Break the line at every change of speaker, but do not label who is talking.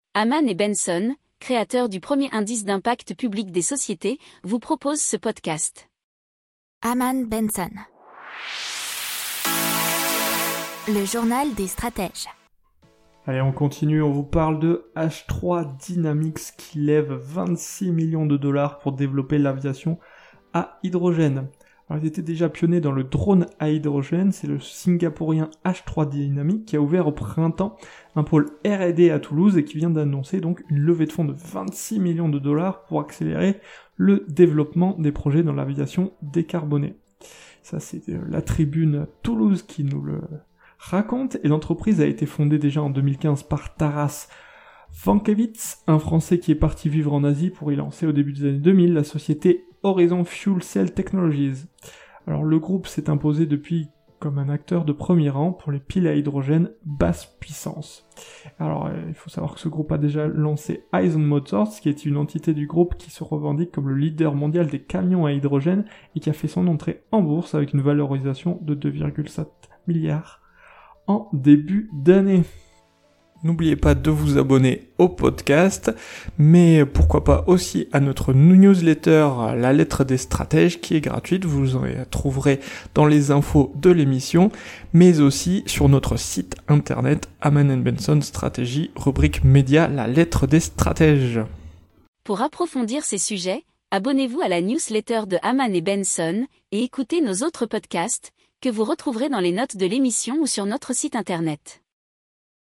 Aman et Benson, créateurs du premier indice d'impact public des sociétés, vous proposent ce podcast.
Aman Benson. Le journal des stratèges.
Allez, on continue, on vous parle de H3 Dynamics qui lève 26 millions de dollars pour développer l'aviation à hydrogène. Alors, ils étaient déjà pionniers dans le drone à hydrogène, c'est le singapourien H3 Dynamics qui a ouvert au printemps un pôle R&D à Toulouse et qui vient d'annoncer donc une levée de fonds de 26 millions de dollars pour accélérer le développement des projets dans l'aviation décarbonée. Ça, c'est la tribune Toulouse qui nous le raconte, et l'entreprise a été fondée déjà en 2015 par Taras Vankevitz, un Français qui est parti vivre en Asie pour y lancer au début des années 2000 la société Horizon Fuel Cell Technologies. Alors le groupe s'est imposé depuis comme un acteur de premier rang pour les piles à hydrogène basse puissance. Alors il faut savoir que ce groupe a déjà lancé Hyzon Motors, qui est une entité du groupe qui se revendique comme le leader mondial des camions à hydrogène et qui a fait son entrée en bourse avec une valorisation de 2,7 milliards en début d'année. N'oubliez pas de vous abonner au podcast, mais pourquoi pas aussi à notre newsletter La Lettre des Stratèges qui est gratuite, vous en trouverez dans les infos de l'émission, mais aussi sur notre site internet Aman & Benson Stratégie, rubrique média La Lettre des Stratèges.
Pour approfondir ces sujets, abonnez-vous à la newsletter de Aman & Benson et écoutez nos autres podcasts que vous retrouverez dans les notes de l'émission ou sur notre site internet.